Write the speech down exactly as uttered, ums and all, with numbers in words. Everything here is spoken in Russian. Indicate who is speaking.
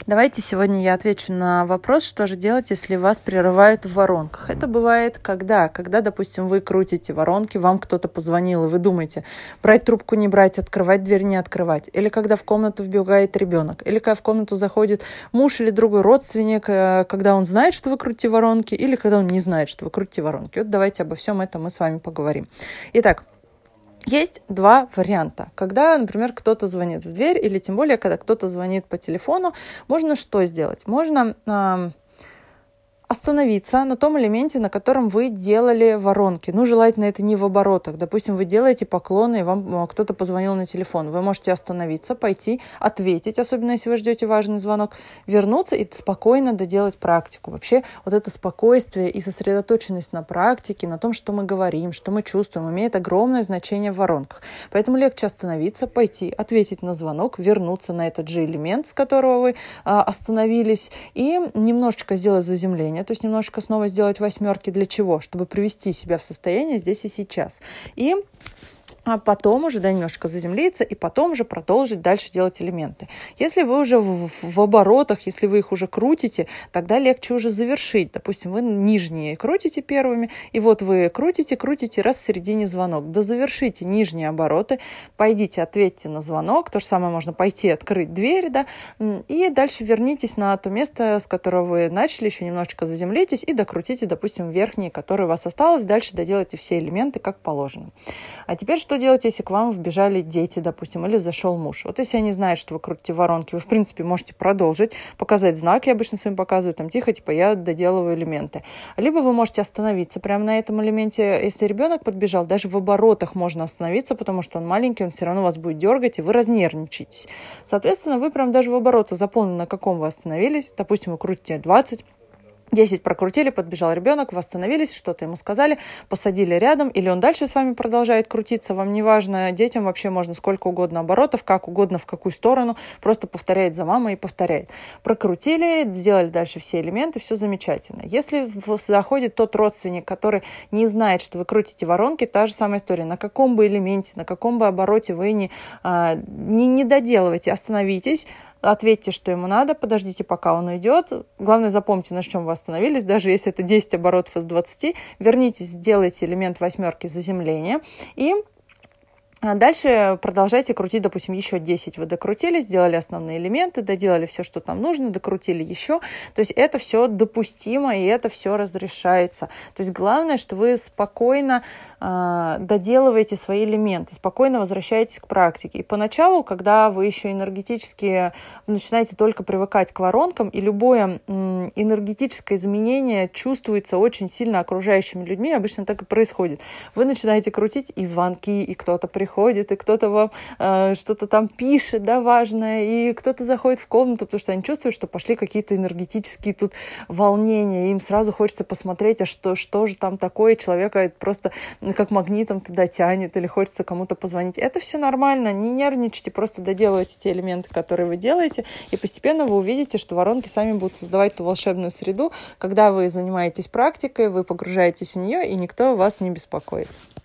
Speaker 1: Давайте сегодня я отвечу на вопрос, что же делать, если вас прерывают в воронках. Это бывает когда? Когда, допустим, вы крутите воронки, вам кто-то позвонил, и вы думаете, брать трубку не брать, открывать дверь не открывать. Или когда в комнату вбегает ребенок. Или когда в комнату заходит муж или другой родственник, когда он знает, что вы крутите воронки, или когда он не знает, что вы крутите воронки. Вот давайте обо всем этом мы с вами поговорим. Итак, есть два варианта. Когда, например, кто-то звонит в дверь, или тем более, когда кто-то звонит по телефону, можно что сделать? Можно э, остановиться на том элементе, на котором вы делали воронки. Ну, желательно это не в оборотах. Допустим, вы делаете поклоны, и вам кто-то позвонил на телефон. Вы можете остановиться, пойти, ответить, особенно если вы ждете важный звонок, вернуться и спокойно доделать практику. Вообще, вот это спокойствие и сосредоточенность на практике, на том, что мы говорим, что мы чувствуем, имеет огромное значение в воронках. Поэтому легче остановиться, пойти, ответить на звонок, вернуться на этот же элемент, с которого вы а, остановились, и немножечко сделать заземление. То есть немножко снова сделать восьмерки. Для чего? Чтобы привести себя в состояние здесь и сейчас. И а потом уже, да, немножко заземлиться, и потом уже продолжить дальше делать элементы. Если вы уже в, в оборотах, если вы их уже крутите, тогда легче уже завершить. Допустим, вы нижние крутите первыми, и вот вы крутите, крутите, раз в середине звонок. Дозавершите нижние обороты, пойдите, ответьте на звонок. То же самое можно пойти, открыть дверь, да, и дальше вернитесь на то место, с которого вы начали, еще немножечко заземлитесь и докрутите, допустим, верхние, которые у вас осталось. Дальше доделайте все элементы, как положено. А теперь что делать, если к вам вбежали дети, допустим, или зашел муж? Вот если они знают, что вы крутите воронки, вы, в принципе, можете продолжить, показать знак, я обычно своим показываю, там, тихо, типа, я доделываю элементы. Либо вы можете остановиться прямо на этом элементе. Если ребенок подбежал, даже в оборотах можно остановиться, потому что он маленький, он все равно вас будет дергать, и вы разнервничаетесь. Соответственно, вы прям даже в оборотах запомнили, на каком вы остановились. Допустим, вы крутите двадцать, десять прокрутили, подбежал ребенок, вы остановились, что-то ему сказали, посадили рядом, или он дальше с вами продолжает крутиться, вам не важно, детям вообще можно сколько угодно оборотов, как угодно, в какую сторону, просто повторяет за мамой и повторяет. Прокрутили, сделали дальше все элементы, все замечательно. Если заходит тот родственник, который не знает, что вы крутите воронки, та же самая история, на каком бы элементе, на каком бы обороте вы не, не, не доделывайте, остановитесь, ответьте, что ему надо, подождите, пока он уйдет. Главное, запомните, на чем вы остановились. Даже если это десять оборотов из двадцати, вернитесь, сделайте элемент восьмерки заземления и дальше продолжайте крутить, допустим, еще десять вы докрутили, сделали основные элементы, доделали все, что там нужно, докрутили еще. То есть это все допустимо, и это все разрешается. То есть главное, что вы спокойно э, доделываете свои элементы, спокойно возвращаетесь к практике. И поначалу, когда вы еще энергетически вы начинаете только привыкать к воронкам, и любое м, энергетическое изменение чувствуется очень сильно окружающими людьми, обычно так и происходит. Вы начинаете крутить, и звонки, и кто-то приходит, ходит, и кто-то вам э, что-то там пишет, да, важное, и кто-то заходит в комнату, потому что они чувствуют, что пошли какие-то энергетические тут волнения, и им сразу хочется посмотреть, а что, что же там такое, человека просто как магнитом туда тянет, или хочется кому-то позвонить. Это все нормально, не нервничайте, просто доделывайте те элементы, которые вы делаете, и постепенно вы увидите, что воронки сами будут создавать ту волшебную среду, когда вы занимаетесь практикой, вы погружаетесь в нее, и никто вас не беспокоит.